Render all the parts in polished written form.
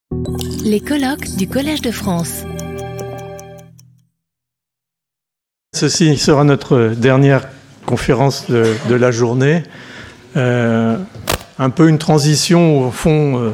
Les colloques du Collège de France. Ceci sera notre dernière conférence de la journée. Un peu une transition, au fond,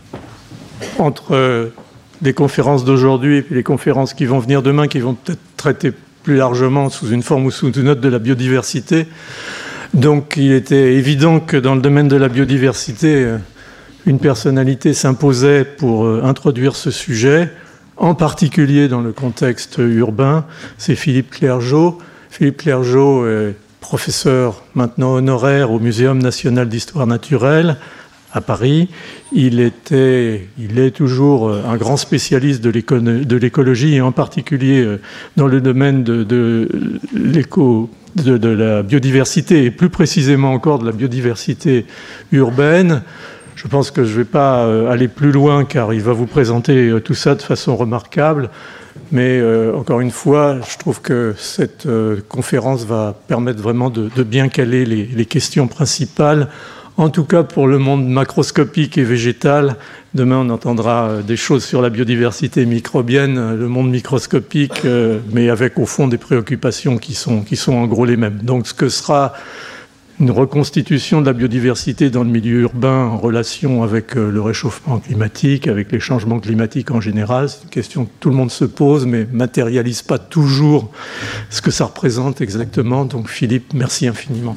entre les conférences d'aujourd'hui et puis les conférences qui vont venir demain, qui vont peut-être traiter plus largement sous une forme ou sous une autre de la biodiversité. Donc il était évident que dans le domaine de la biodiversité, une personnalité s'imposait pour introduire ce sujet, en particulier dans le contexte urbain. C'est Philippe Clergeau. Philippe Clergeau est professeur maintenant honoraire au Muséum national d'histoire naturelle à Paris. Il est toujours un grand spécialiste de l'écologie et en particulier dans le domaine de la biodiversité et plus précisément encore de la biodiversité urbaine. Je pense que je ne vais pas aller plus loin car il va vous présenter tout ça de façon remarquable. Mais encore une fois, je trouve que cette conférence va permettre vraiment de bien caler les questions principales. En tout cas, pour le monde macroscopique et végétal, demain on entendra des choses sur la biodiversité microbienne, le monde microscopique, mais avec au fond des préoccupations qui sont en gros les mêmes. Donc ce que sera une reconstitution de la biodiversité dans le milieu urbain en relation avec le réchauffement climatique, avec les changements climatiques en général, c'est une question que tout le monde se pose, mais ne matérialise pas toujours ce que ça représente exactement. Donc Philippe, merci infiniment.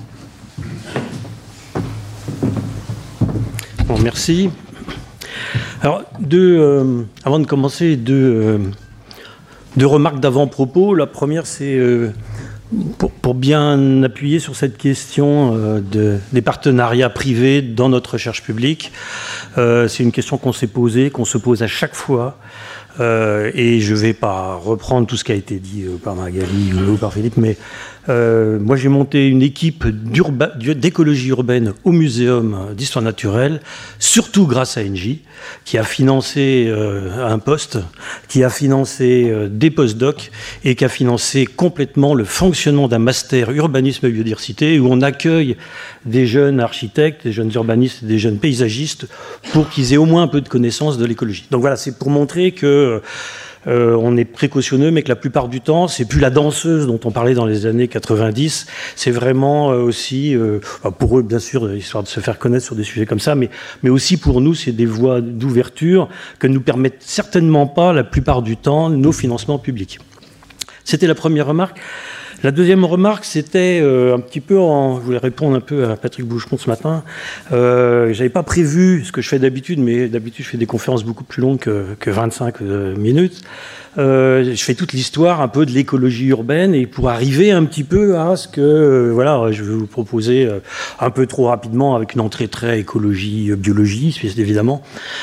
Bon, merci. Alors, avant de commencer, deux remarques d'avant-propos. La première, c'est pour bien appuyer sur cette question des partenariats privés dans notre recherche publique. C'est une question qu'on s'est posée, qu'on se pose à chaque fois. Et je ne vais pas reprendre tout ce qui a été dit par Magali ou par Philippe, mais moi j'ai monté une équipe d'écologie urbaine au Muséum d'histoire naturelle, surtout grâce à Engie, qui a financé un poste, qui a financé des postdocs et qui a financé complètement le fonctionnement d'un master urbanisme et biodiversité où on accueille des jeunes architectes, des jeunes urbanistes, des jeunes paysagistes pour qu'ils aient au moins un peu de connaissance de l'écologie. Donc voilà, c'est pour montrer que on est précautionneux, mais que la plupart du temps, c'est plus la danseuse dont on parlait dans les années 90, c'est vraiment aussi, pour eux bien sûr, histoire de se faire connaître sur des sujets comme ça, mais aussi pour nous, c'est des voies d'ouverture que nous permettent certainement pas, la plupart du temps, nos financements publics. C'était la première remarque. La deuxième remarque, c'était un petit peu, je voulais répondre un peu à Patrick Boucheron ce matin. J'avais pas prévu ce que je fais d'habitude, mais d'habitude je fais des conférences beaucoup plus longues que 25 minutes. Je fais toute l'histoire un peu de l'écologie urbaine et pour arriver un petit peu à ce que, voilà, je vais vous proposer un peu trop rapidement avec une entrée très écologie, biologie, évidemment.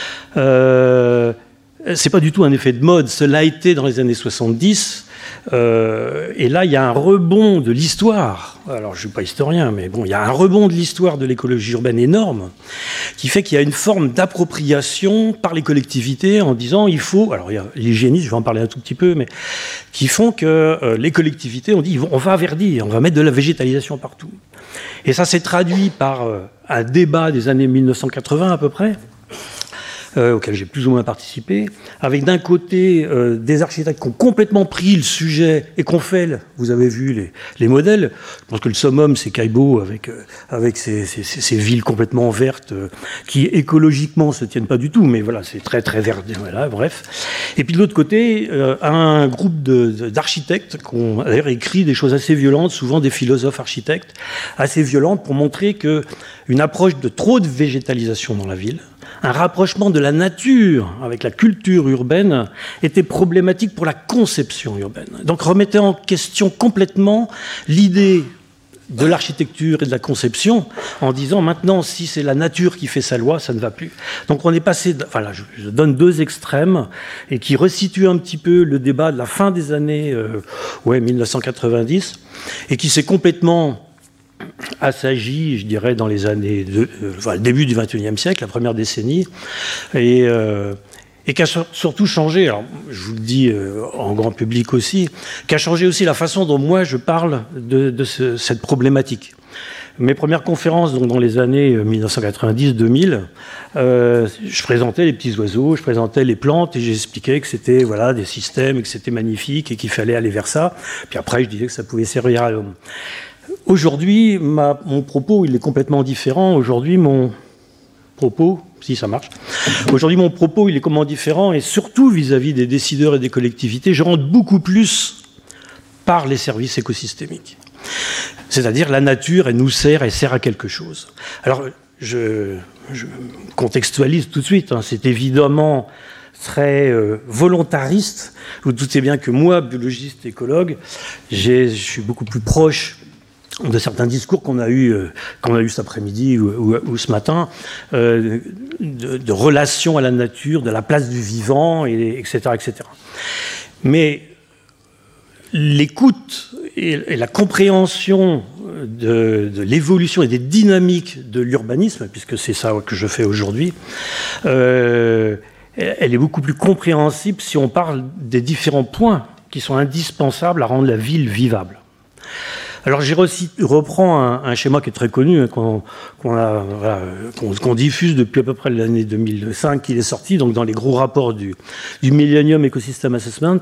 C'est pas du tout un effet de mode. Cela a été dans les années 70. Et là, il y a un rebond de l'histoire. Alors, je ne suis pas historien, mais bon, il y a un rebond de l'histoire de l'écologie urbaine énorme qui fait qu'il y a une forme d'appropriation par les collectivités en disant il faut. Alors, il y a les hygiénistes, je vais en parler un tout petit peu, mais qui font que les collectivités ont dit on va verdir, on va mettre de la végétalisation partout. Et ça s'est traduit par un débat des années 1980 à peu près. Auquel j'ai plus ou moins participé, avec d'un côté des architectes qui ont complètement pris le sujet et qu'on fait, vous avez vu les modèles, je pense que le summum c'est Caillebout avec ces villes complètement vertes qui écologiquement se tiennent pas du tout, mais voilà, c'est très très vert, voilà, bref. Et puis de l'autre côté, un groupe d'architectes qui ont d'ailleurs écrit des choses assez violentes, souvent des philosophes architectes, assez violentes pour montrer qu'une approche de trop de végétalisation dans la ville, un rapprochement de la nature avec la culture urbaine était problématique pour la conception urbaine. Donc remettait en question complètement l'idée de l'architecture et de la conception en disant maintenant si c'est la nature qui fait sa loi, ça ne va plus. Donc on est passé, voilà, je donne deux extrêmes et qui resituent un petit peu le débat de la fin des années 1990 et qui s'est complètement assagi, je dirais, dans les années début du XXIe siècle, la première décennie, et qui a surtout changé, alors je vous le dis en grand public aussi, qui a changé aussi la façon dont moi je parle de cette problématique. Mes premières conférences, donc dans les années 1990-2000, je présentais les petits oiseaux, je présentais les plantes et j'expliquais que c'était voilà, des systèmes et que c'était magnifique et qu'il fallait aller vers ça. Puis après, je disais que ça pouvait servir à l'homme. Aujourd'hui, mon propos, il est complètement différent. Aujourd'hui, mon propos, si ça marche, aujourd'hui, mon propos, il est complètement différent et surtout vis-à-vis des décideurs et des collectivités, je rentre beaucoup plus par les services écosystémiques. C'est-à-dire la nature, elle nous sert, elle sert à quelque chose. Alors, je contextualise tout de suite, hein, c'est évidemment très volontariste. Vous vous doutez bien que moi, biologiste, écologue, je suis beaucoup plus proche de certains discours qu'on a eu cet après-midi ou ce matin, de relation à la nature, de la place du vivant, etc., etc. Mais l'écoute et la compréhension de l'évolution et des dynamiques de l'urbanisme, puisque c'est ça que je fais aujourd'hui, elle est beaucoup plus compréhensible si on parle des différents points qui sont indispensables à rendre la ville vivable. Alors je reprends un schéma qui est très connu, qu'on diffuse depuis à peu près l'année 2005, qu'il est sorti donc dans les gros rapports du Millennium Ecosystem Assessment,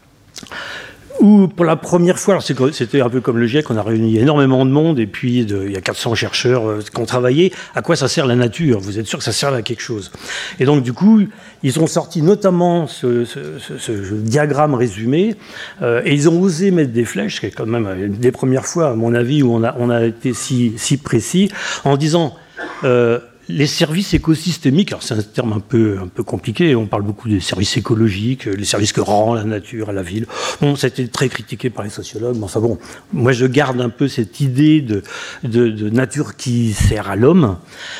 où pour la première fois, alors c'était un peu comme le GIEC, on a réuni énormément de monde, et puis il y a 400 chercheurs qui ont travaillé. À quoi ça sert la nature? Vous êtes sûr que ça sert à quelque chose? Et donc du coup, ils ont sorti notamment ce diagramme résumé, et ils ont osé mettre des flèches, qui est quand même une des premières fois, à mon avis, où on a été si précis, en disant... les services écosystémiques, alors c'est un terme un peu compliqué, on parle beaucoup des services écologiques, les services que rend la nature à la ville. Bon, ça a été très critiqué par les sociologues, mais enfin bon, moi je garde un peu cette idée de nature qui sert à l'homme.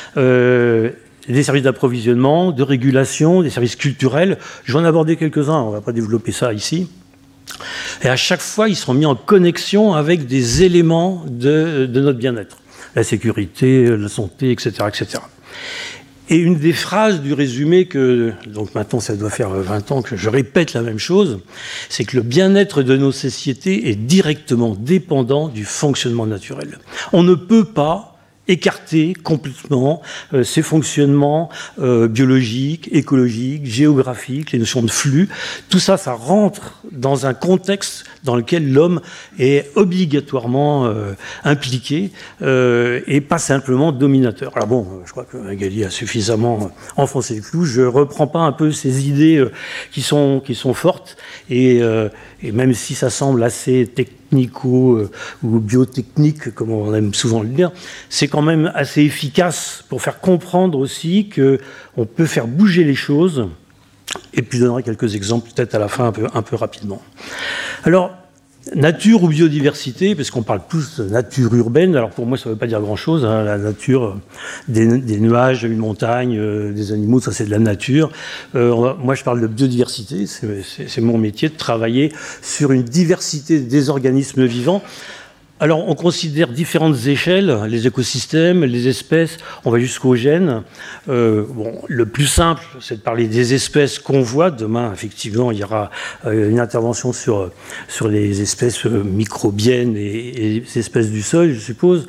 Des services d'approvisionnement, de régulation, des services culturels. Je vais en aborder quelques-uns, on ne va pas développer ça ici. Et à chaque fois, ils sont mis en connexion avec des éléments de notre bien-être. La sécurité, la santé, etc., etc. Et une des phrases du résumé donc maintenant ça doit faire 20 ans que je répète la même chose, c'est que le bien-être de nos sociétés est directement dépendant du fonctionnement naturel. On ne peut pas écarter complètement ces fonctionnements biologiques, écologiques, géographiques, les notions de flux. Tout ça, ça rentre dans un contexte dans lequel l'homme est obligatoirement impliqué et pas simplement dominateur. Alors bon, je crois que Magali a suffisamment enfoncé le clou. Je reprends pas un peu ces idées qui sont fortes et même si ça semble assez technico ou biotechnique, comme on aime souvent le dire, c'est quand même assez efficace pour faire comprendre aussi qu'on peut faire bouger les choses. Et puis je donnerai quelques exemples peut-être à la fin un peu rapidement. Alors, nature ou biodiversité, parce qu'on parle tous de nature urbaine, alors pour moi ça ne veut pas dire grand-chose, hein, la nature, des nuages, une montagne, des animaux, ça c'est de la nature. Moi je parle de biodiversité, c'est mon métier de travailler sur une diversité des organismes vivants. Alors, on considère différentes échelles, les écosystèmes, les espèces, on va jusqu'aux gènes. Le plus simple, c'est de parler des espèces qu'on voit. Demain, effectivement, il y aura une intervention sur les espèces microbiennes et les espèces du sol, je suppose.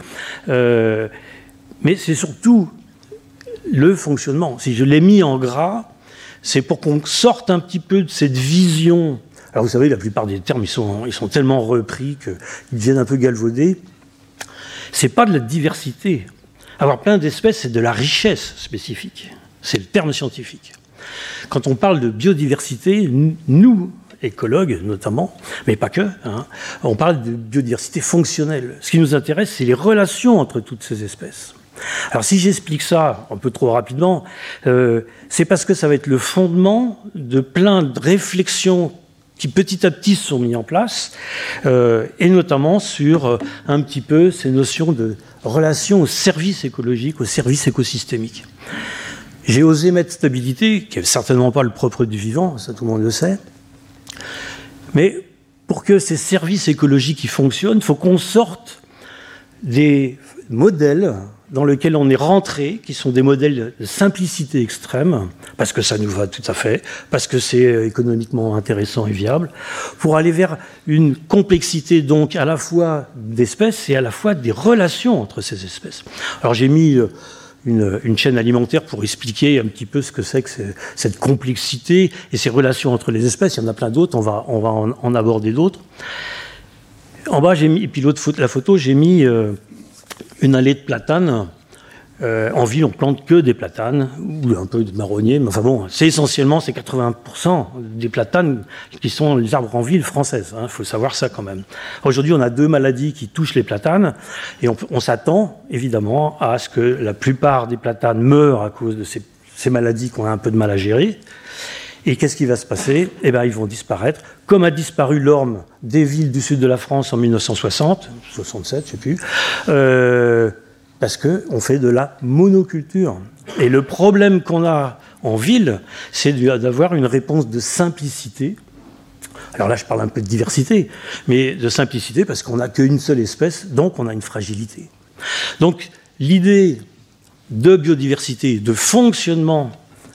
Mais c'est surtout le fonctionnement. Si je l'ai mis en gras, c'est pour qu'on sorte un petit peu de cette vision. Alors vous savez, la plupart des termes, ils sont tellement repris qu'ils deviennent un peu galvaudés. C'est pas de la diversité. Avoir plein d'espèces, c'est de la richesse spécifique. C'est le terme scientifique. Quand on parle de biodiversité, nous, écologues notamment, mais pas que, hein, on parle de biodiversité fonctionnelle. Ce qui nous intéresse, c'est les relations entre toutes ces espèces. Alors si j'explique ça un peu trop rapidement, c'est parce que ça va être le fondement de plein de réflexions qui petit à petit sont mis en place, et notamment sur un petit peu ces notions de relation au service écologique, au service écosystémique. J'ai osé mettre stabilité, qui n'est certainement pas le propre du vivant, ça tout le monde le sait, mais pour que ces services écologiques y fonctionnent, il faut qu'on sorte des modèles dans lequel on est rentré, qui sont des modèles de simplicité extrême, parce que ça nous va tout à fait, parce que c'est économiquement intéressant et viable, pour aller vers une complexité donc à la fois d'espèces et à la fois des relations entre ces espèces. Alors j'ai mis une chaîne alimentaire pour expliquer un petit peu ce que c'est que cette complexité et ces relations entre les espèces. Il y en a plein d'autres, on va en aborder d'autres. En bas, j'ai mis, et puis la photo, j'ai mis une allée de platanes. En ville, on plante que des platanes, ou un peu de marronniers, mais enfin bon, c'est 80% des platanes qui sont les arbres en ville françaises. Il faut savoir ça quand même. Aujourd'hui, on a 2 maladies qui touchent les platanes, et on s'attend évidemment à ce que la plupart des platanes meurent à cause de ces maladies qu'on a un peu de mal à gérer. Et qu'est-ce qui va se passer? Eh bien, ils vont disparaître, comme a disparu l'orme des villes du sud de la France en 1960, 67, je ne sais plus, parce qu'on fait de la monoculture. Et le problème qu'on a en ville, c'est d'avoir une réponse de simplicité. Alors là, je parle un peu de diversité, mais de simplicité parce qu'on n'a qu'une seule espèce, donc on a une fragilité. Donc, l'idée de biodiversité, de fonctionnement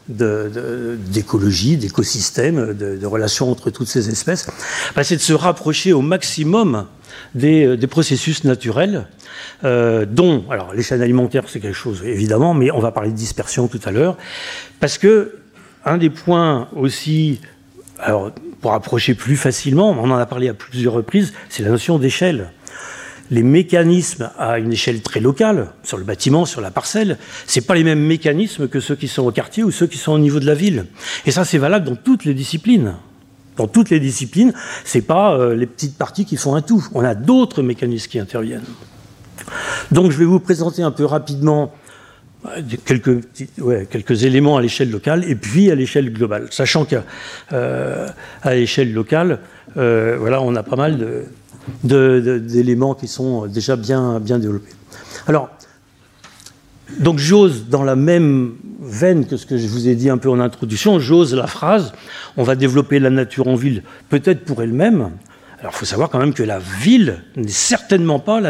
d'écologie, d'écosystème, de relations entre toutes ces espèces, c'est de se rapprocher au maximum des processus naturels, dont, alors les chaînes alimentaires c'est quelque chose évidemment, mais on va parler de dispersion tout à l'heure, parce que un des points aussi, alors pour approcher plus facilement, on en a parlé à plusieurs reprises, c'est la notion d'échelle. Les mécanismes à une échelle très locale, sur le bâtiment, sur la parcelle, c'est pas les mêmes mécanismes que ceux qui sont au quartier ou ceux qui sont au niveau de la ville. Et ça, c'est valable dans toutes les disciplines. Dans toutes les disciplines, c'est pas les petites parties qui font un tout. On a d'autres mécanismes qui interviennent. Donc, je vais vous présenter un peu rapidement quelques éléments à l'échelle locale et puis à l'échelle globale. Sachant qu'à l'échelle locale, voilà, on a pas mal d'éléments qui sont déjà bien développés. Alors, donc j'ose, dans la même veine que ce que je vous ai dit un peu en introduction, j'ose la phrase « on va développer la nature en ville, peut-être pour elle-même ». Alors, il faut savoir quand même que la ville n'est certainement pas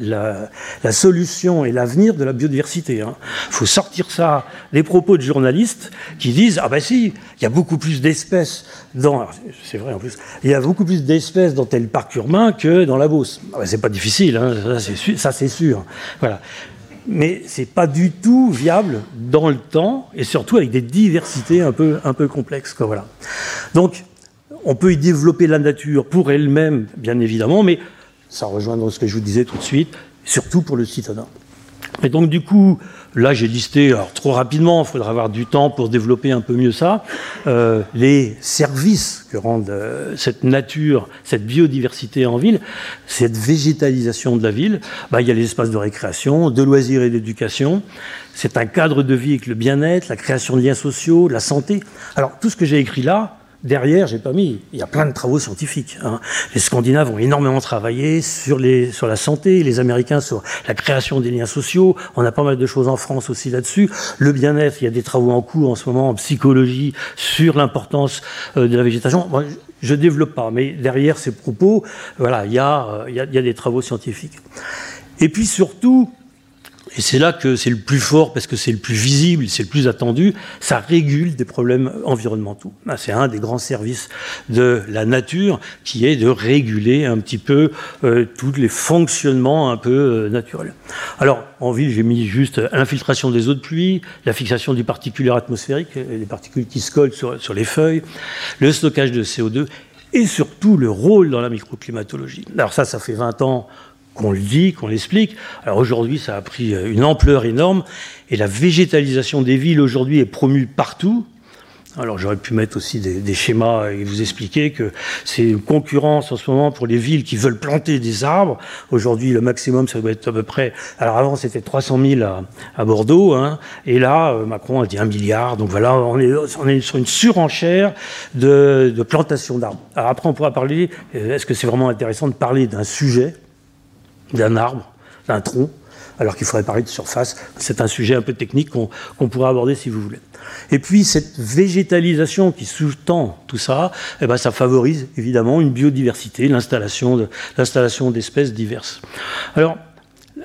la solution et l'avenir de la biodiversité. Il faut sortir ça des propos de journalistes qui disent « Ah ben si, il y a beaucoup plus d'espèces dans... » C'est vrai en plus. Il y a beaucoup plus d'espèces dans tel parc urbain que dans la Beauce. Ah ben, c'est pas difficile, ça c'est sûr. Voilà. Mais c'est pas du tout viable dans le temps et surtout avec des diversités un peu complexes. Quoi, voilà. Donc, on peut y développer la nature pour elle-même, bien évidemment, mais ça rejoint dans ce que je vous disais tout de suite, surtout pour le citadin. Et donc, du coup, là, j'ai listé, alors trop rapidement, il faudra avoir du temps pour développer un peu mieux ça, les services que rendent cette nature, cette biodiversité en ville, cette végétalisation de la ville. Il y a les espaces de récréation, de loisirs et d'éducation. C'est un cadre de vie avec le bien-être, la création de liens sociaux, la santé. Alors, tout ce que j'ai écrit là, derrière, j'ai pas mis, il y a plein de travaux scientifiques. Les Scandinaves ont énormément travaillé sur la santé, les Américains sur la création des liens sociaux. On a pas mal de choses en France aussi là-dessus. Le bien-être, il y a des travaux en cours en ce moment en psychologie sur l'importance de la végétation. Moi, je développe pas, mais derrière ces propos, voilà, il y a des travaux scientifiques. Et puis surtout, et c'est là que c'est le plus fort, parce que c'est le plus visible, c'est le plus attendu, ça régule des problèmes environnementaux. C'est un des grands services de la nature, qui est de réguler un petit peu tous les fonctionnements un peu naturels. Alors, en ville, j'ai mis juste infiltration des eaux de pluie, la fixation du particulaire atmosphérique, les particules qui se collent sur les feuilles, le stockage de CO2, et surtout le rôle dans la microclimatologie. Alors ça fait 20 ans qu'on le dit, qu'on l'explique. Alors aujourd'hui, ça a pris une ampleur énorme et la végétalisation des villes aujourd'hui est promue partout. Alors j'aurais pu mettre aussi des schémas et vous expliquer que c'est une concurrence en ce moment pour les villes qui veulent planter des arbres. Aujourd'hui, le maximum, ça doit être à peu près... Alors avant, c'était 300 000 à Bordeaux, et là, Macron a dit 1 milliard. Donc voilà, on est sur une surenchère de plantation d'arbres. Alors après, on pourra parler, est-ce que c'est vraiment intéressant de parler d'un sujet, d'un arbre, d'un tronc, alors qu'il faudrait parler de surface. C'est un sujet un peu technique qu'on pourra aborder si vous voulez. Et puis cette végétalisation qui sous-tend tout ça, ça favorise évidemment une biodiversité, l'installation d'espèces diverses. Alors,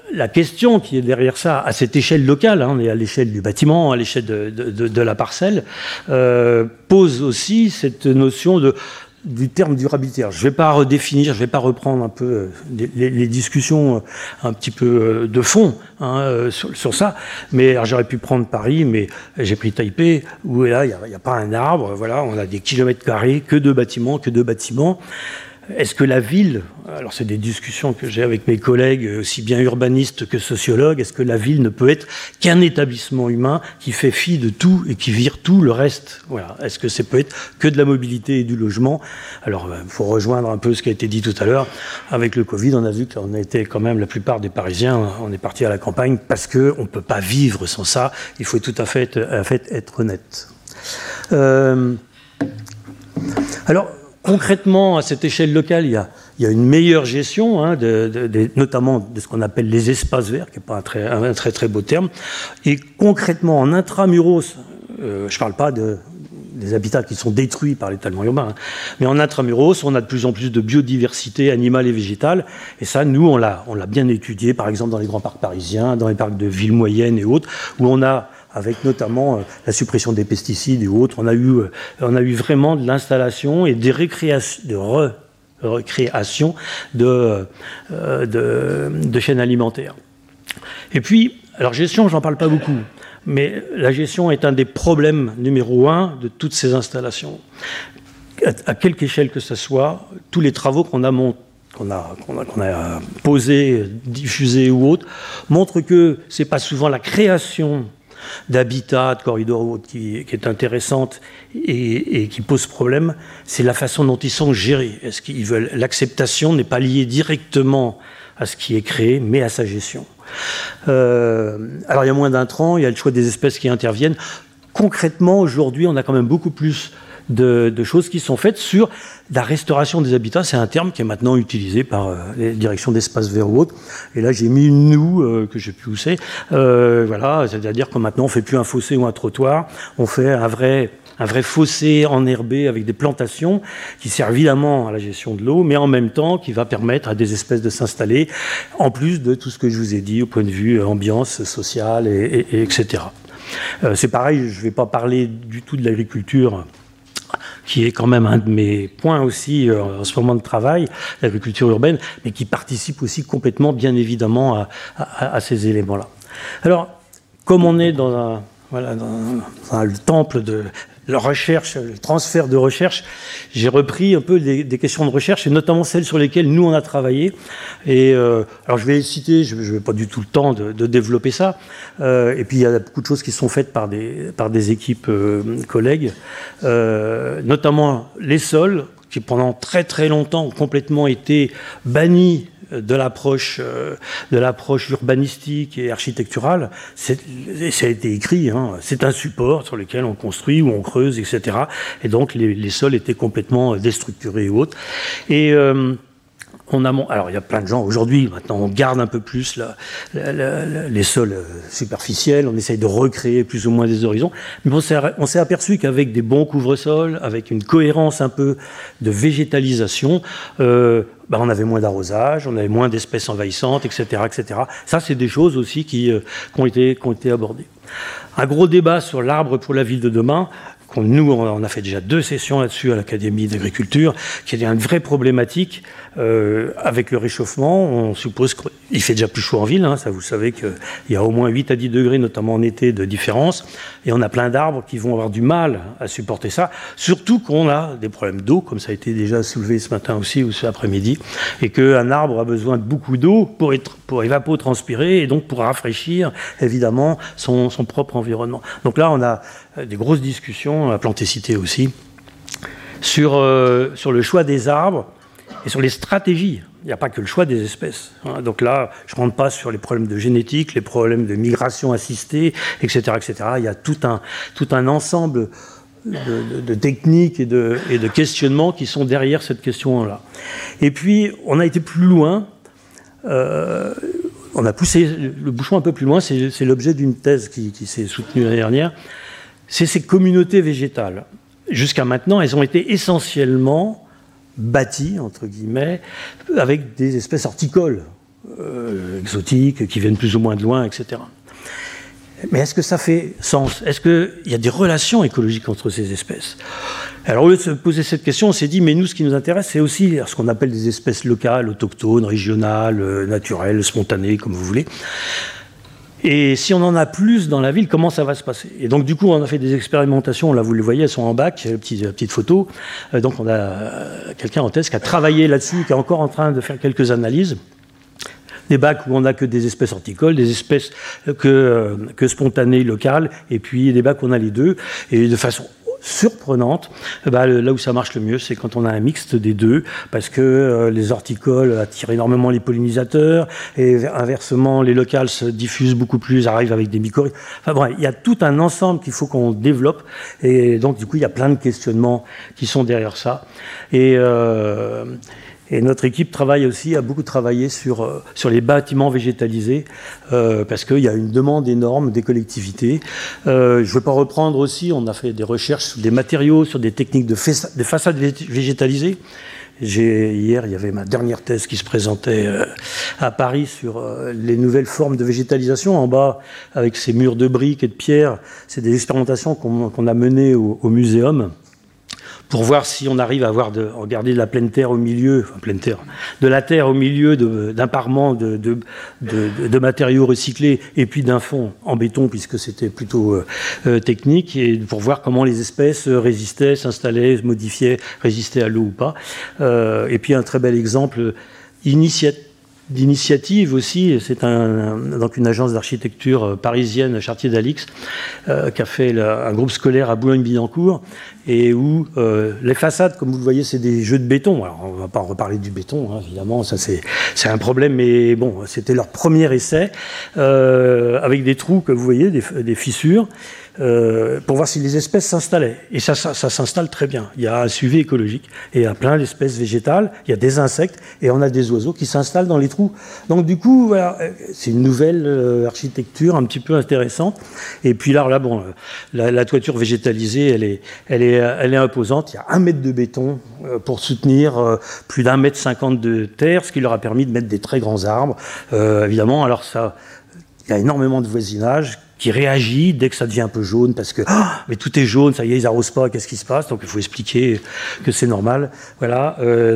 la question qui est derrière ça, à cette échelle locale, on est à l'échelle du bâtiment, à l'échelle de la parcelle, pose aussi cette notion du terme durabilité. Alors, je ne vais pas redéfinir, je ne vais pas reprendre un peu les discussions un petit peu de fond sur ça, mais j'aurais pu prendre Paris, mais j'ai pris Taipei, où là, il n'y a pas un arbre, voilà, on a des kilomètres carrés, que de bâtiments. Est-ce que la ville, alors c'est des discussions que j'ai avec mes collègues, aussi bien urbanistes que sociologues, est-ce que la ville ne peut être qu'un établissement humain qui fait fi de tout et qui vire tout le reste? Voilà. Est-ce que ça peut être que de la mobilité et du logement? Alors, il faut rejoindre un peu ce qui a été dit tout à l'heure. Avec le Covid, on a vu qu'on était quand même, la plupart des Parisiens, on est partis à la campagne parce qu'on ne peut pas vivre sans ça. Il faut tout à fait être honnête. Alors, concrètement, à cette échelle locale, il y a une meilleure gestion, notamment de ce qu'on appelle les espaces verts, qui n'est pas un très très beau terme. Et concrètement, en intramuros, je ne parle pas des habitats qui sont détruits par l'étalement urbain, mais en intramuros, on a de plus en plus de biodiversité animale et végétale. Et ça, nous, on l'a bien étudié, par exemple dans les grands parcs parisiens, dans les parcs de villes moyennes et autres, où on a, avec notamment la suppression des pesticides et autres, on a eu vraiment de l'installation et des recréations de chaînes alimentaires. Et puis, alors gestion, j'en parle pas beaucoup, mais la gestion est un des problèmes numéro 1 de toutes ces installations. À quelque échelle que ce soit, tous les travaux qu'on a posés, diffusés ou autres, montrent que c'est pas souvent la création d'habitat, de corridors ou autres qui est intéressante et qui pose problème, c'est la façon dont ils sont gérés. Est-ce qu'ils veulent l'acceptation n'est pas liée directement à ce qui est créé, mais à sa gestion. Alors il y a moins d'intrants, il y a le choix des espèces qui interviennent. Concrètement, aujourd'hui, on a quand même beaucoup plus de choses qui sont faites sur la restauration des habitats. C'est un terme qui est maintenant utilisé par les directions d'espaces verts ou autres. Et là, j'ai mis une noue, que je ne sais plus où c'est. Voilà, c'est-à-dire que maintenant, on ne fait plus un fossé ou un trottoir. On fait un vrai fossé enherbé avec des plantations qui servent évidemment à la gestion de l'eau, mais en même temps qui va permettre à des espèces de s'installer, en plus de tout ce que je vous ai dit au point de vue ambiance sociale, etc. C'est pareil, je ne vais pas parler du tout de l'agriculture, qui est quand même un de mes points aussi en ce moment de travail, l'agriculture urbaine, mais qui participe aussi complètement, bien évidemment, à ces éléments-là. Alors, comme on est dans le temple de la recherche, le transfert de recherche, j'ai repris un peu des questions de recherche, et notamment celles sur lesquelles nous, on a travaillé. Et alors, je vais les citer, je n'ai pas du tout le temps de développer ça. Et puis, il y a beaucoup de choses qui sont faites par des équipes collègues, notamment les sols, qui pendant très très longtemps ont complètement été bannis de l'approche urbanistique et architecturale. Ça a été écrit, c'est un support sur lequel on construit ou on creuse, etc. Et donc les sols étaient complètement déstructurés et autres. Et alors il y a plein de gens aujourd'hui, maintenant on garde un peu plus les sols superficiels, on essaye de recréer plus ou moins des horizons, mais on s'est aperçu qu'avec des bons couvre-sols, avec une cohérence un peu de végétalisation, on avait moins d'arrosage, on avait moins d'espèces envahissantes, etc., etc. Ça, c'est des choses aussi qui ont été abordées. Un gros débat sur l'arbre pour la ville de demain. Nous, on a fait déjà 2 sessions là-dessus à l'Académie d'agriculture, qui est une vraie problématique. Avec le réchauffement, on suppose qu'il fait déjà plus chaud en ville. Ça, vous savez qu'il y a au moins 8 à 10 degrés, notamment en été, de différence. Et on a plein d'arbres qui vont avoir du mal à supporter ça. Surtout qu'on a des problèmes d'eau, comme ça a été déjà soulevé ce matin aussi ou cet après-midi. Et qu'un arbre a besoin de beaucoup d'eau pour évapotranspirer et donc pour rafraîchir, évidemment, son propre environnement. Donc là, on a des grosses discussions, à Plantécité aussi, sur le choix des arbres et sur les stratégies. Il n'y a pas que le choix des espèces. Donc là, je ne rentre pas sur les problèmes de génétique, les problèmes de migration assistée, etc., etc. Il y a tout un ensemble de techniques et de questionnements qui sont derrière cette question-là. Et puis, on a été plus loin. On a poussé le bouchon un peu plus loin. C'est l'objet d'une thèse qui s'est soutenue l'année dernière. C'est ces communautés végétales. Jusqu'à maintenant, elles ont été essentiellement bâties, entre guillemets, avec des espèces horticoles. exotiques, qui viennent plus ou moins de loin, etc. Mais est-ce que ça fait sens? Est-ce qu'il y a des relations écologiques entre ces espèces? Alors, au lieu de se poser cette question, on s'est dit, mais nous, ce qui nous intéresse, c'est aussi ce qu'on appelle des espèces locales, autochtones, régionales, naturelles, spontanées, comme vous voulez. Et si on en a plus dans la ville, comment ça va se passer? Et donc, du coup, on a fait des expérimentations. Là, vous les voyez, elles sont en bac, la petite photo. Donc, on a quelqu'un en thèse qui a travaillé là-dessus, qui est encore en train de faire quelques analyses. Des bacs où on n'a que des espèces horticoles, des espèces que spontanées, locales, et puis des bacs où on a les deux. Et de façon surprenante, là où ça marche le mieux, c'est quand on a un mixte des deux, parce que les horticoles attirent énormément les pollinisateurs, et inversement, les locales se diffusent beaucoup plus, arrivent avec des mycorhizes. Enfin bref, il y a tout un ensemble qu'il faut qu'on développe, et donc du coup, il y a plein de questionnements qui sont derrière ça. Et notre équipe a beaucoup travaillé sur les bâtiments végétalisés, parce qu'il y a une demande énorme des collectivités. Je ne vais pas reprendre aussi, on a fait des recherches sur des matériaux, sur des techniques de façades végétalisées. Hier, il y avait ma dernière thèse qui se présentait à Paris sur les nouvelles formes de végétalisation. En bas, avec ces murs de briques et de pierre, c'est des expérimentations qu'on a menées au muséum, pour voir si on arrive à regarder de la pleine terre au milieu, de la terre au milieu d'un parement de matériaux recyclés et puis d'un fond en béton, puisque c'était plutôt technique, et pour voir comment les espèces résistaient, s'installaient, se modifiaient, résistaient à l'eau ou pas. Et puis un très bel exemple d'initiative aussi, c'est donc une agence d'architecture parisienne, Chartier d'Alix, qui a fait un groupe scolaire à Boulogne-Billancourt, et où les façades, comme vous le voyez, c'est des jeux de béton. Alors, on ne va pas en reparler du béton, hein, évidemment, ça c'est un problème, mais bon, c'était leur premier essai, avec des trous, que vous voyez, des fissures, pour voir si les espèces s'installaient. Et ça s'installe très bien. Il y a un suivi écologique, et il y a plein d'espèces végétales, il y a des insectes, et on a des oiseaux qui s'installent dans les trous. Donc du coup, voilà, c'est une nouvelle architecture un petit peu intéressante. Et puis là, bon, la toiture végétalisée, elle est imposante. Il y a 1 mètre de béton pour soutenir plus d'1,50 mètre de terre, ce qui leur a permis de mettre des très grands arbres. Évidemment, alors il y a énormément de voisinage qui réagit dès que ça devient un peu jaune, parce que mais tout est jaune, ça y est, ils n'arrosent pas, qu'est-ce qui se passe? Donc il faut expliquer que c'est normal. Voilà,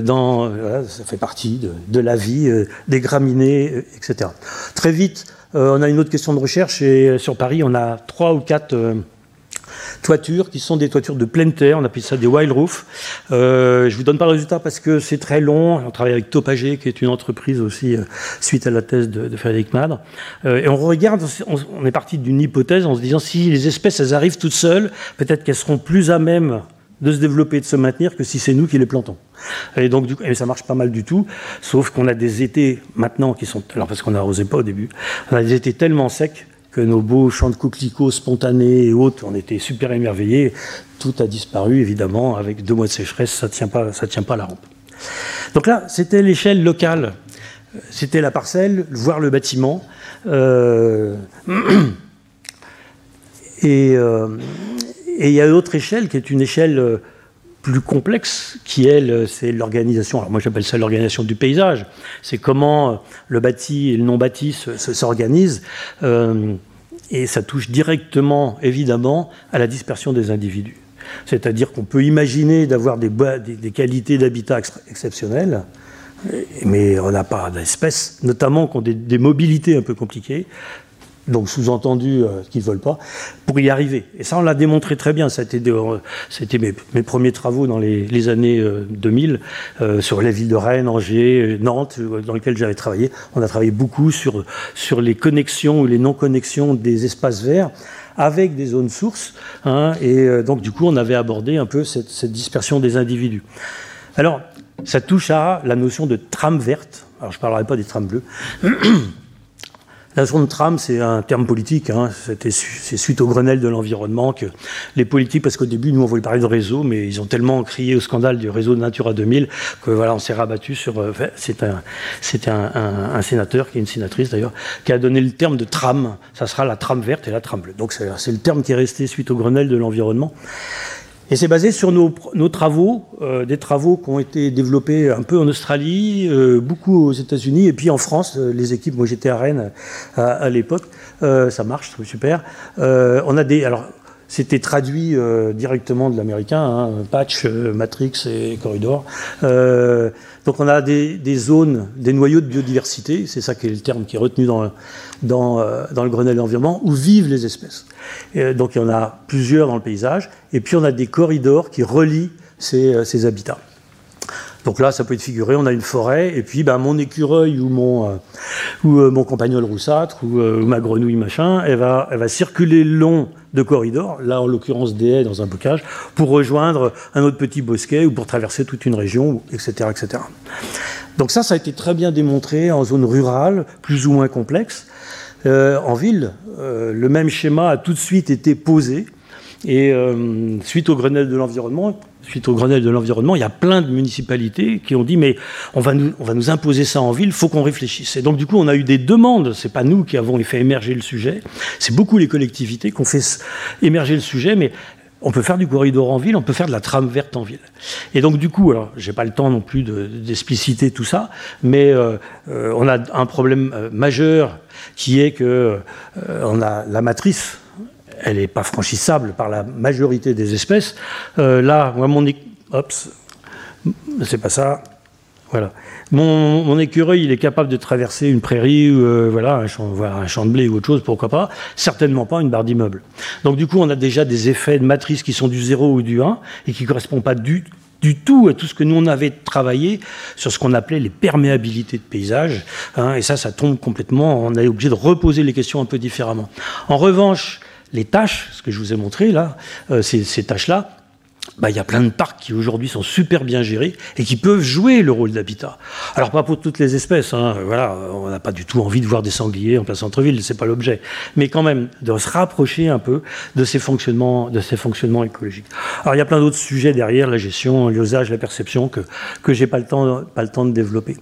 ça fait partie de la vie, des graminées, etc. Très vite, on a une autre question de recherche, et sur Paris, on a 3 ou 4 toitures qui sont des toitures de pleine terre, on appelle ça des wild roofs. Je ne vous donne pas le résultat parce que c'est très long. On travaille avec Topager, qui est une entreprise aussi, suite à la thèse de Frédéric Madre. Et on regarde, on est parti d'une hypothèse en se disant, si les espèces, elles arrivent toutes seules, peut-être qu'elles seront plus à même de se développer, de se maintenir, que si c'est nous qui les plantons. Et donc, du coup, ça marche pas mal du tout, sauf qu'on a des étés maintenant qui sont... Alors, parce qu'on n'arrosait pas au début, on a des étés tellement secs que nos beaux champs de coquelicots spontanés et autres, on était super émerveillés. Tout a disparu, évidemment, avec 2 mois de sécheresse, ça tient pas la rampe. Donc là, c'était l'échelle locale. C'était la parcelle, voir le bâtiment. Et il y a une autre échelle qui est une échelle plus complexe, qui, elle, c'est l'organisation. Alors moi, j'appelle ça l'organisation du paysage. C'est comment le bâti et le non-bâti s'organisent. Et ça touche directement, évidemment, à la dispersion des individus. C'est-à-dire qu'on peut imaginer d'avoir des qualités d'habitat exceptionnelles, mais on n'a pas d'espèces, notamment qui ont des mobilités un peu compliquées. Donc sous-entendu qu'ils ne veulent pas, pour y arriver. Et ça, on l'a démontré très bien. C'était mes premiers travaux dans les années 2000, sur les villes de Rennes, Angers, Nantes, dans lesquelles j'avais travaillé. On a travaillé beaucoup sur les connexions ou les non-connexions des espaces verts avec des zones sources. Et donc, du coup, on avait abordé un peu cette dispersion des individus. Alors, ça touche à la notion de trame verte. Alors, je ne parlerai pas des trames bleues. La notion de trame, c'est un terme politique. C'est suite au Grenelle de l'environnement que les politiques, parce qu'au début, nous, on voulait parler de réseau, mais ils ont tellement crié au scandale du réseau de Natura 2000 que voilà, on s'est rabattu sur... C'était un sénateur, qui est une sénatrice d'ailleurs, qui a donné le terme de trame. Ça sera la trame verte et la trame bleue. Donc c'est le terme qui est resté suite au Grenelle de l'environnement. Et c'est basé sur nos travaux, des travaux qui ont été développés un peu en Australie, beaucoup aux États-Unis, et puis en France, les équipes, moi j'étais à Rennes à l'époque, ça marche, c'est super. On a alors, c'était traduit directement de l'américain, hein, Patch, Matrix et Corridor. Donc on a des zones, des noyaux de biodiversité, c'est ça qui est le terme qui est retenu dans le Grenelle de l'environnement, où vivent les espèces. Donc il y en a plusieurs dans le paysage, et puis on a des corridors qui relient ces habitats. Donc là, ça peut être figuré, on a une forêt, et puis mon écureuil ou mon compagnol roussâtre ou ma grenouille machin, elle va circuler le long de corridors, là en l'occurrence des haies dans un bocage, pour rejoindre un autre petit bosquet ou pour traverser toute une région, etc. etc. Donc ça a été très bien démontré en zone rurale, plus ou moins complexe. En ville, le même schéma a tout de suite été posé. Et suite au Grenelle de l'environnement, il y a plein de municipalités qui ont dit mais on va nous imposer ça en ville, il faut qu'on réfléchisse. Et donc du coup on a eu des demandes, c'est pas nous qui avons fait émerger le sujet, c'est beaucoup les collectivités qui ont fait émerger le sujet, mais on peut faire du corridor en ville, on peut faire de la trame verte en ville. Et donc du coup, alors j'ai pas le temps non plus d'expliciter tout ça, mais on a un problème majeur qui est que on a la matrice. Elle n'est pas franchissable par la majorité des espèces. Là, moi, c'est pas ça. Voilà. Mon écureuil, il est capable de traverser une prairie, un champ de blé ou autre chose, pourquoi pas. Certainement pas une barre d'immeuble. Donc du coup, on a déjà des effets de matrice qui sont du 0 ou du 1 et qui ne correspondent pas du tout à tout ce que nous on avait travaillé sur ce qu'on appelait les perméabilités de paysage. Hein, et ça tombe complètement. On est obligé de reposer les questions un peu différemment. En revanche, les tâches, ce que je vous ai montré là, ces tâches-là, il y a plein de parcs qui aujourd'hui sont super bien gérés et qui peuvent jouer le rôle d'habitat. Alors pas pour toutes les espèces, hein, voilà, on n'a pas du tout envie de voir des sangliers en plein centre-ville, c'est pas l'objet. Mais quand même, de se rapprocher un peu de ces fonctionnements écologiques. Alors il y a plein d'autres sujets derrière, la gestion, l'usage, la perception, que j'ai pas le temps de développer.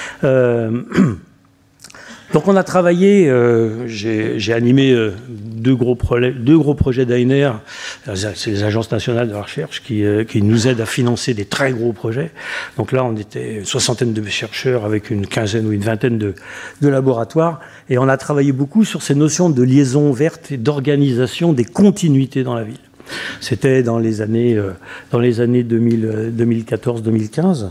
Donc on a travaillé, j'ai animé deux gros projets d'ANR, c'est les agences nationales de la recherche qui nous aident à financer des très gros projets. Donc là on était une soixantaine de chercheurs avec une quinzaine ou une vingtaine de laboratoires et on a travaillé beaucoup sur ces notions de liaison verte et d'organisation des continuités dans la ville. C'était dans les années 2014-2015.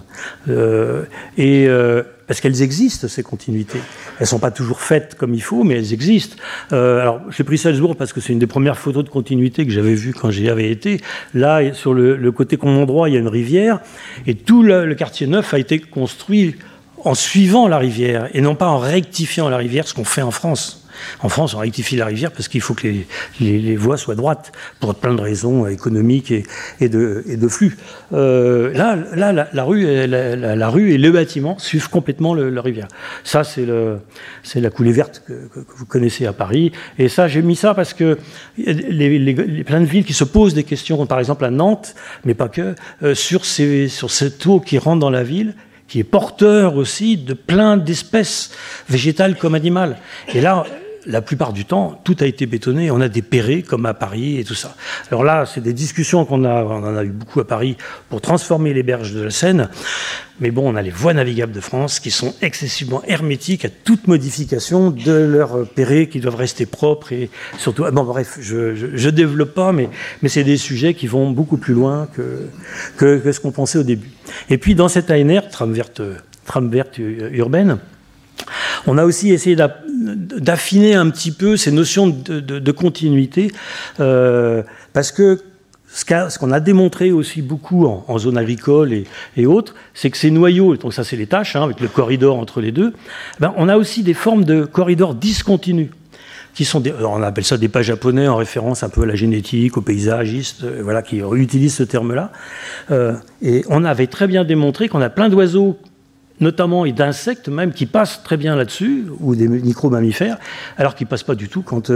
Parce qu'elles existent, ces continuités. Elles ne sont pas toujours faites comme il faut, mais elles existent. Alors, j'ai pris Salzbourg parce que c'est une des premières photos de continuité que j'avais vues quand j'y avais été. Là, sur le côté Condom droit, il y a une rivière, et tout le quartier neuf a été construit en suivant la rivière, et non pas en rectifiant la rivière, ce qu'on fait en France. En France, on rectifie la rivière parce qu'il faut que les voies soient droites pour plein de raisons économiques et de flux. Là, la rue et le bâtiment suivent complètement la rivière. Ça, c'est la coulée verte que vous connaissez à Paris. Et ça, j'ai mis ça parce que plein de villes qui se posent des questions, par exemple à Nantes, mais pas que, sur cette eau qui rentre dans la ville, qui est porteur aussi de plein d'espèces végétales comme animales. Et là, la plupart du temps, tout a été bétonné. On a des perrés, comme à Paris et tout ça. Alors là, c'est des discussions on en a eu beaucoup à Paris pour transformer les berges de la Seine. Mais bon, on a les voies navigables de France qui sont excessivement hermétiques à toute modification de leurs perrés qui doivent rester propres et surtout... Bon, bref, je développe pas, mais c'est des sujets qui vont beaucoup plus loin que ce qu'on pensait au début. Et puis, dans cette ANR, trame verte urbaine, on a aussi essayé d'affiner un petit peu ces notions de continuité, parce que ce qu'on a démontré aussi beaucoup en zone agricole et autres, c'est que ces noyaux, donc ça c'est les tâches, avec le corridor entre les deux, on a aussi des formes de corridors discontinus, qui sont on appelle ça des pas japonais en référence un peu à la génétique, aux paysagistes, qui utilisent ce terme-là. Et on avait très bien démontré qu'on a plein d'oiseaux, notamment, et d'insectes même, qui passent très bien là-dessus, ou des micro-mammifères, alors qu'ils ne passent pas du tout quand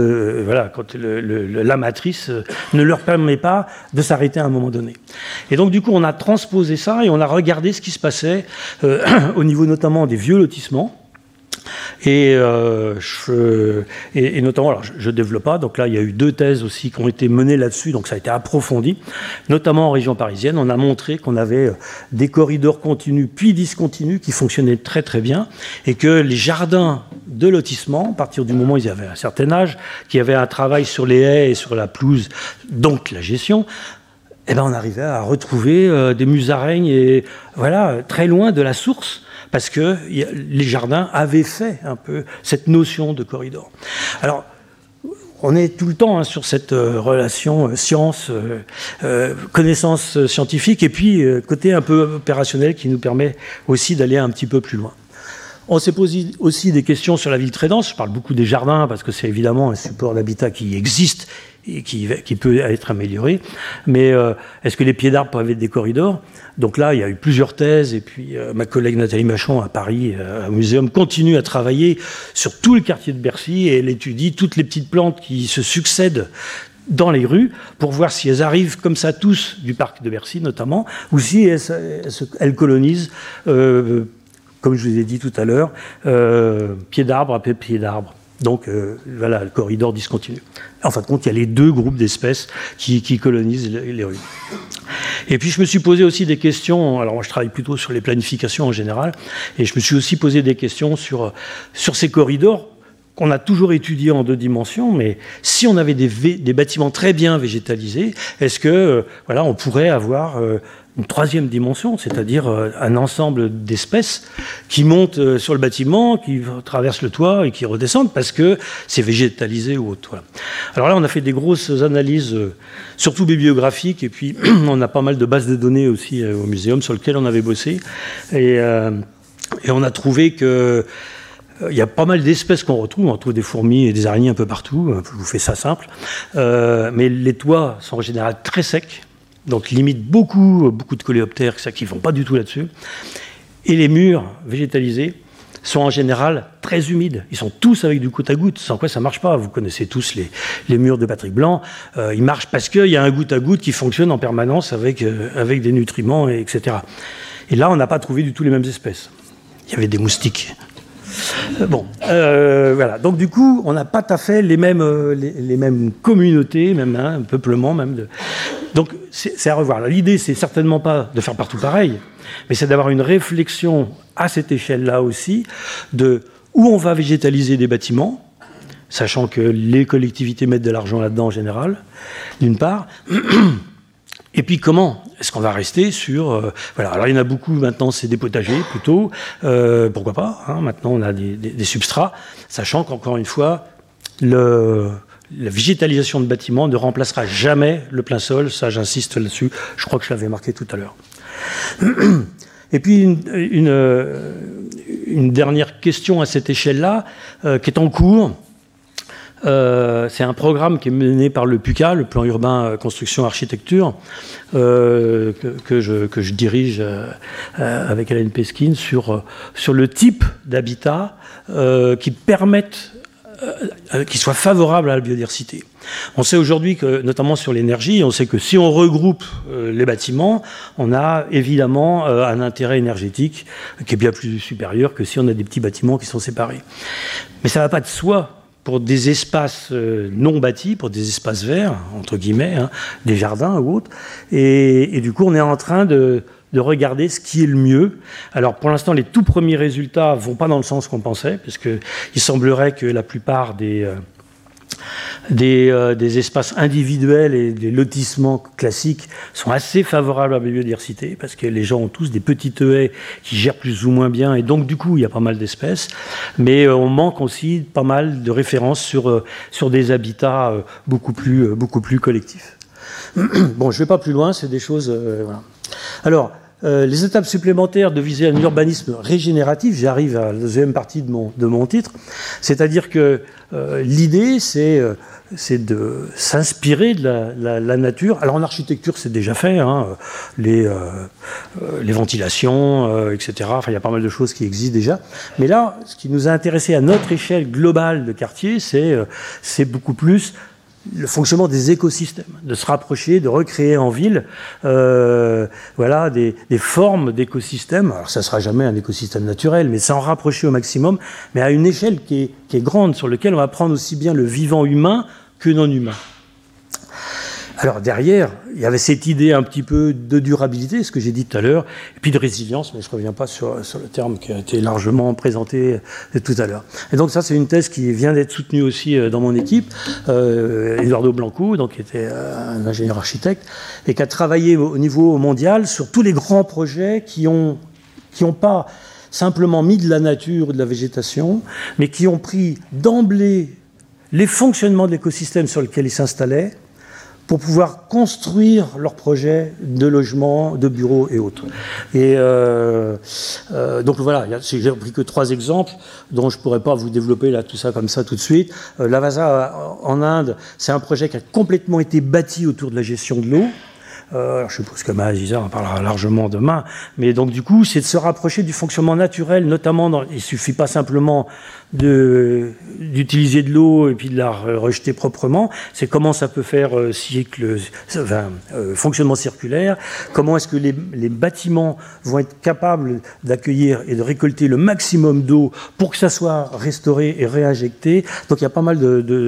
la matrice ne leur permet pas de s'arrêter à un moment donné. Et donc, du coup, on a transposé ça et on a regardé ce qui se passait au niveau notamment des vieux lotissements. Et notamment, alors je ne développe pas, donc là il y a eu 2 thèses aussi qui ont été menées là-dessus, donc ça a été approfondi, notamment en région parisienne. On a montré qu'on avait des corridors continus puis discontinus qui fonctionnaient très très bien, et que les jardins de lotissement, à partir du moment où ils avaient un certain âge, qui avaient un travail sur les haies et sur la pelouse, donc la gestion, eh ben on arrivait à retrouver des musaraignes et voilà, très loin de la source, parce que les jardins avaient fait un peu cette notion de corridor. Alors, on est tout le temps sur cette relation science, connaissance scientifique, et puis côté un peu opérationnel qui nous permet aussi d'aller un petit peu plus loin. On s'est posé aussi des questions sur la ville très dense. Je parle beaucoup des jardins parce que c'est évidemment un support d'habitat qui existe et qui peut être amélioré. Mais est-ce que les pieds d'arbres peuvent être des corridors? Donc là, il y a eu plusieurs thèses. Et puis ma collègue Nathalie Machon à Paris, au Muséum, continue à travailler sur tout le quartier de Bercy. Et elle étudie toutes les petites plantes qui se succèdent dans les rues pour voir si elles arrivent comme ça tous du parc de Bercy notamment, ou si elles colonisent... comme je vous ai dit tout à l'heure, pied d'arbre après pied d'arbre. Donc voilà, le corridor discontinu. En fin de compte, il y a les 2 groupes d'espèces qui colonisent les rues. Et puis je me suis posé aussi des questions, alors moi je travaille plutôt sur les planifications en général, et je me suis aussi posé des questions sur ces corridors qu'on a toujours étudiés en 2 dimensions, mais si on avait des bâtiments très bien végétalisés, est-ce que voilà, on pourrait avoir... une 3e dimension, c'est-à-dire un ensemble d'espèces qui montent sur le bâtiment, qui traversent le toit et qui redescendent parce que c'est végétalisé ou autre. Voilà. Alors là, on a fait des grosses analyses, surtout bibliographiques, et puis on a pas mal de bases de données aussi au muséum sur lesquelles on avait bossé. Et on a trouvé que il y a pas mal d'espèces qu'on retrouve. On retrouve des fourmis et des araignées un peu partout. Je vous fais ça simple. Mais les toits sont en général très secs. Donc limite beaucoup de coléoptères qui ne vont pas du tout là-dessus. Et les murs végétalisés sont en général très humides. Ils sont tous avec du goutte à goutte, sans quoi ça ne marche pas. Vous connaissez tous les murs de Patrick Blanc. Ils marchent parce qu'il y a un goutte à goutte qui fonctionne en permanence avec des nutriments, etc. Et là, on n'a pas trouvé du tout les mêmes espèces. Il y avait des moustiques. Voilà. Donc du coup, on n'a pas tout à fait les mêmes communautés, même un peuplement, même. Donc c'est à revoir. L'idée, c'est certainement pas de faire partout pareil, mais c'est d'avoir une réflexion à cette échelle-là aussi de où on va végétaliser des bâtiments, sachant que les collectivités mettent de l'argent là-dedans en général, d'une part. Et puis comment est-ce qu'on va rester sur... voilà. Alors il y en a beaucoup maintenant, c'est des potagers plutôt. Pourquoi pas, hein, maintenant on a des substrats, sachant qu'encore une fois, la végétalisation de bâtiments ne remplacera jamais le plein sol. Ça, j'insiste là-dessus. Je crois que je l'avais marqué tout à l'heure. Et puis une dernière question à cette échelle-là, qui est en cours. C'est un programme qui est mené par le PUCA, le Plan Urbain Construction Architecture, que je dirige avec Hélène Peskin sur le type d'habitat qui permettent, qui soit favorable à la biodiversité. On sait aujourd'hui que, notamment sur l'énergie, on sait que si on regroupe les bâtiments, on a évidemment un intérêt énergétique qui est bien plus supérieur que si on a des petits bâtiments qui sont séparés. Mais ça ne va pas de soi. Pour des espaces non bâtis, pour des espaces verts, entre guillemets, hein, des jardins ou autres. Et du coup, on est en train de regarder ce qui est le mieux. Alors, pour l'instant, les tout premiers résultats ne vont pas dans le sens qu'on pensait, parce qu'il semblerait que la plupart des espaces individuels et des lotissements classiques sont assez favorables à la biodiversité, parce que les gens ont tous des petites haies qui gèrent plus ou moins bien, et donc du coup il y a pas mal d'espèces, mais on manque aussi pas mal de références sur des habitats beaucoup plus collectifs. Bon, je ne vais pas plus loin, c'est des choses... voilà. Alors, les étapes supplémentaires de viser un urbanisme régénératif, j'arrive à la deuxième partie de mon titre, c'est-à-dire que l'idée, c'est de s'inspirer de la nature. Alors en architecture, c'est déjà fait, hein, les ventilations, etc. Enfin, il y a pas mal de choses qui existent déjà. Mais là, ce qui nous a intéressé à notre échelle globale de quartier, c'est beaucoup plus le fonctionnement des écosystèmes, de se rapprocher, de recréer en ville voilà, des formes d'écosystèmes. Alors ça ne sera jamais un écosystème naturel, mais s'en rapprocher au maximum, mais à une échelle qui est grande, sur laquelle on va prendre aussi bien le vivant humain que non humain. Alors derrière, il y avait cette idée un petit peu de durabilité, ce que j'ai dit tout à l'heure, et puis de résilience, mais je ne reviens pas sur le terme qui a été largement présenté tout à l'heure. Et donc ça, c'est une thèse qui vient d'être soutenue aussi dans mon équipe, Eduardo Blanco, donc, qui était un ingénieur architecte, et qui a travaillé au niveau mondial sur tous les grands projets qui ont pas simplement mis de la nature ou de la végétation, mais qui ont pris d'emblée les fonctionnements de l'écosystème sur lequel ils s'installaient, pour pouvoir construire leurs projets de logement, de bureaux et autres. Et donc voilà, j'ai pris que 3 exemples, dont je ne pourrais pas vous développer là tout ça comme ça tout de suite. Lavasa en Inde, c'est un projet qui a complètement été bâti autour de la gestion de l'eau. Je suppose que Mahaziza en parlera largement demain, mais donc du coup, c'est de se rapprocher du fonctionnement naturel, notamment il ne suffit pas simplement d'utiliser de l'eau et puis de la rejeter proprement, c'est comment ça peut faire fonctionnement circulaire, comment est-ce que les bâtiments vont être capables d'accueillir et de récolter le maximum d'eau pour que ça soit restauré et réinjecté. Donc il y a pas mal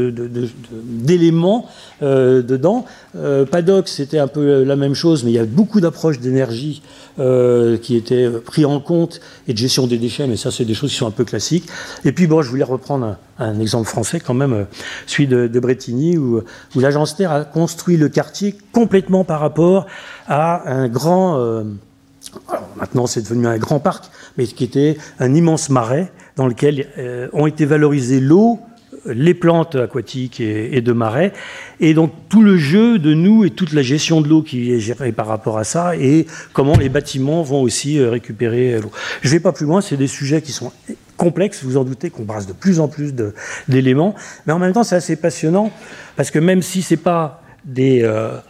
d'éléments dedans. Padox, c'était un peu la même chose, mais il y a beaucoup d'approches d'énergie qui étaient prises en compte et de gestion des déchets, mais ça c'est des choses qui sont un peu classiques. Et puis bon, je voulais reprendre un exemple français quand même, celui de Bretigny, où l'agence Terre a construit le quartier complètement par rapport à un grand... alors maintenant c'est devenu un grand parc, mais qui était un immense marais dans lequel ont été valorisées l'eau, les plantes aquatiques et de marais, et donc tout le jeu de nous et toute la gestion de l'eau qui est gérée par rapport à ça, et comment les bâtiments vont aussi récupérer l'eau. Je ne vais pas plus loin, c'est des sujets qui sont complexes, vous en doutez, qu'on brasse de plus en plus d'éléments, mais en même temps c'est assez passionnant, parce que même si ce n'est pas des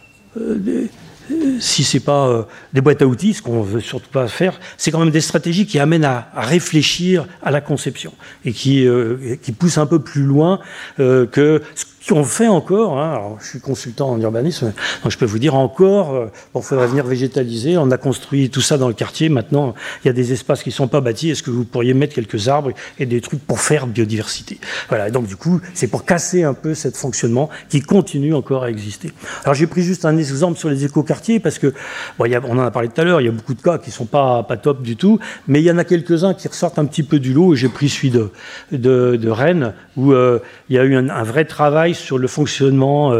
boîtes à outils, ce qu'on ne veut surtout pas faire, c'est quand même des stratégies qui amènent à réfléchir à la conception et qui poussent un peu plus loin que ce qu'on fait encore. Alors, je suis consultant en urbanisme, donc je peux vous dire encore, il faudrait venir végétaliser. On a construit tout ça dans le quartier. Maintenant, il y a des espaces qui ne sont pas bâtis. Est-ce que vous pourriez mettre quelques arbres et des trucs pour faire biodiversité? Voilà. Et donc, du coup, c'est pour casser un peu ce fonctionnement qui continue encore à exister. Alors, j'ai pris juste un exemple sur les écoquartiers parce que, on en a parlé tout à l'heure, il y a beaucoup de cas qui ne sont pas top du tout, mais il y en a quelques-uns qui ressortent un petit peu du lot. Et j'ai pris celui de Rennes où il y a eu un vrai travail sur le fonctionnement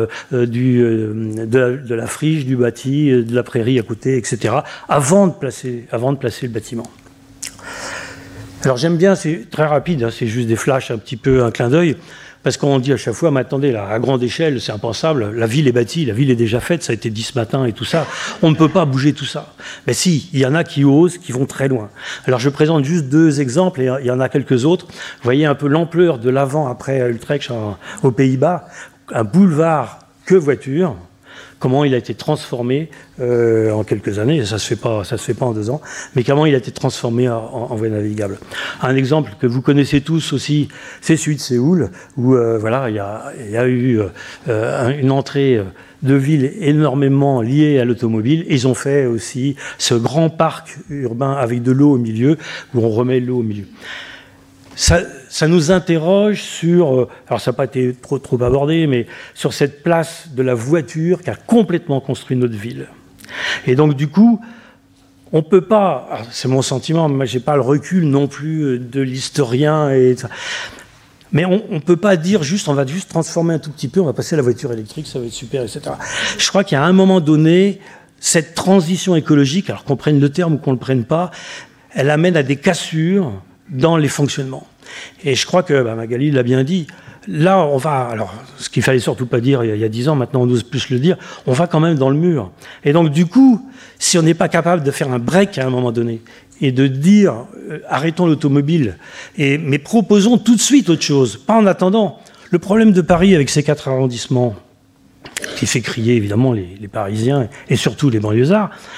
de la friche, du bâti, de la prairie à côté, etc., avant de placer le bâtiment. Alors j'aime bien, c'est très rapide, c'est juste des flashs, un petit peu un clin d'œil, parce qu'on dit à chaque fois, mais attendez, là, à grande échelle, c'est impensable, la ville est bâtie, la ville est déjà faite, ça a été dit ce matin et tout ça, on ne peut pas bouger tout ça. Mais si, il y en a qui osent, qui vont très loin. Alors je présente juste 2 exemples, et il y en a quelques autres. Vous voyez un peu l'ampleur de l'avant-après Utrecht aux Pays-Bas, un boulevard que voiture, comment il a été transformé en quelques années, ça se fait pas en 2 ans, mais comment il a été transformé en voie navigable. Un exemple que vous connaissez tous aussi, c'est celui de Séoul, où il y a eu une entrée de ville énormément liée à l'automobile. Ils ont fait aussi ce grand parc urbain avec de l'eau au milieu, où on remet l'eau au milieu. Ça nous interroge sur, alors ça n'a pas été trop abordé, mais sur cette place de la voiture qui a complètement construit notre ville. Et donc du coup, on ne peut pas, c'est mon sentiment, mais je n'ai pas le recul non plus de l'historien, mais on ne peut pas dire juste, on va juste transformer un tout petit peu, on va passer à la voiture électrique, ça va être super, etc. Je crois qu'il y a un moment donné, cette transition écologique, alors qu'on prenne le terme ou qu'on ne le prenne pas, elle amène à des cassures dans les fonctionnements. Et je crois que Magali l'a bien dit, là on va, alors ce qu'il fallait surtout pas dire il y a 10 ans, maintenant on n'ose plus le dire, on va quand même dans le mur. Et donc du coup, si on n'est pas capable de faire un break à un moment donné, et de dire arrêtons l'automobile, mais proposons tout de suite autre chose, pas en attendant. Le problème de Paris avec ses 4 arrondissements, qui fait crier évidemment les Parisiens et surtout les banlieusards,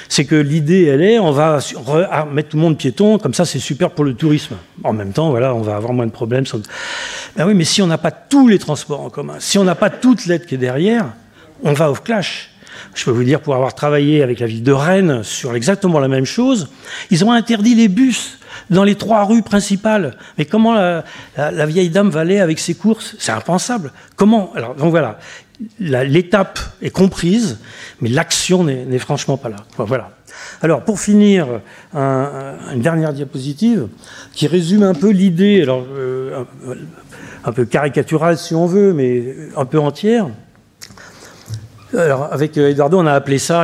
C'est que l'idée, elle est, on va mettre tout le monde piéton, comme ça c'est super pour le tourisme. En même temps, voilà, on va avoir moins de problèmes. Ben oui, mais si on n'a pas tous les transports en commun, si on n'a pas toute l'aide qui est derrière, on va au clash. Je peux vous dire, pour avoir travaillé avec la ville de Rennes sur exactement la même chose, ils ont interdit les bus dans les 3 rues principales. Mais comment la vieille dame va aller avec ses courses? C'est impensable. Comment? Alors, donc voilà, l'étape est comprise, mais l'action n'est franchement pas là. Voilà. Alors, pour finir, une dernière diapositive qui résume un peu l'idée, alors un peu caricaturale si on veut, mais un peu entière. Alors, avec Eduardo, on a appelé ça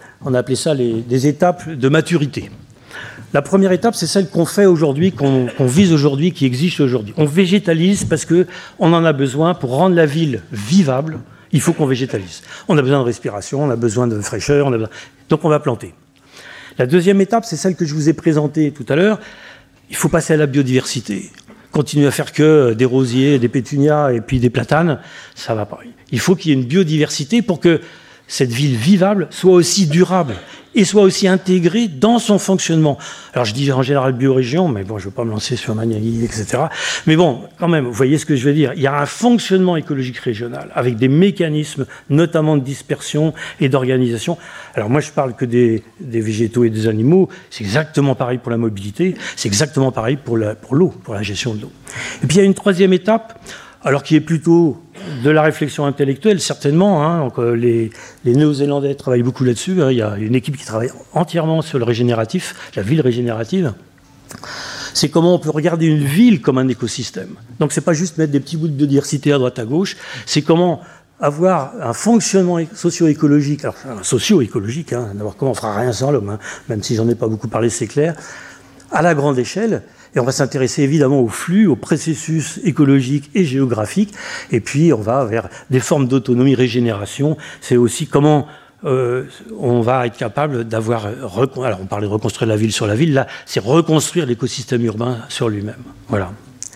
des étapes de maturité. La première étape, c'est celle qu'on fait aujourd'hui, qu'on vise aujourd'hui, qui existe aujourd'hui. On végétalise parce qu'on en a besoin pour rendre la ville vivable. Il faut qu'on végétalise. On a besoin de respiration, on a besoin de fraîcheur, donc on va planter. La deuxième étape, c'est celle que je vous ai présentée tout à l'heure. Il faut passer à la biodiversité. Continuer à faire que des rosiers, des pétunias et puis des platanes, ça va pas. Il faut qu'il y ait une biodiversité pour que cette ville vivable soit aussi durable et soit aussi intégrée dans son fonctionnement. Alors je dis en général biorégion, mais bon, je ne vais pas me lancer sur Maniaï, etc. Mais bon, quand même, vous voyez ce que je veux dire. Il y a un fonctionnement écologique régional avec des mécanismes, notamment de dispersion et d'organisation. Alors moi, je parle que des végétaux et des animaux. C'est exactement pareil pour la mobilité. C'est exactement pareil pour l'eau, pour la gestion de l'eau. Et puis il y a une troisième étape, alors qui est plutôt de la réflexion intellectuelle, certainement. Hein. Donc, les Néo-Zélandais travaillent beaucoup là-dessus. Hein. Il y a une équipe qui travaille entièrement sur le régénératif, la ville régénérative. C'est comment on peut regarder une ville comme un écosystème. Donc, c'est pas juste mettre des petits bouts de biodiversité à droite à gauche. C'est comment avoir un fonctionnement socio-écologique. Alors, socio-écologique, hein. D'abord, comment on fera rien sans l'homme, hein. Même si j'en ai pas beaucoup parlé, c'est clair. À la grande échelle. Et on va s'intéresser évidemment aux flux, aux processus écologiques et géographiques. Et puis, on va vers des formes d'autonomie, régénération. C'est aussi comment on va être capable d'avoir... Alors, on parlait de reconstruire la ville sur la ville. Là, c'est reconstruire l'écosystème urbain sur lui-même. Voilà.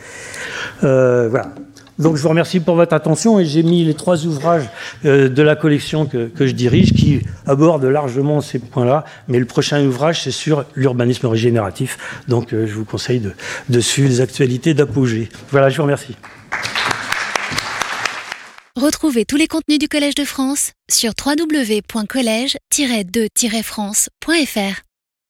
Voilà. Donc, je vous remercie pour votre attention. Et j'ai mis les 3 ouvrages de la collection que je dirige qui abordent largement ces points-là. Mais le prochain ouvrage, c'est sur l'urbanisme régénératif. Donc, je vous conseille de suivre les actualités d'Apogée. Voilà, je vous remercie. Retrouvez tous les contenus du Collège de France sur www.collège-2-france.fr.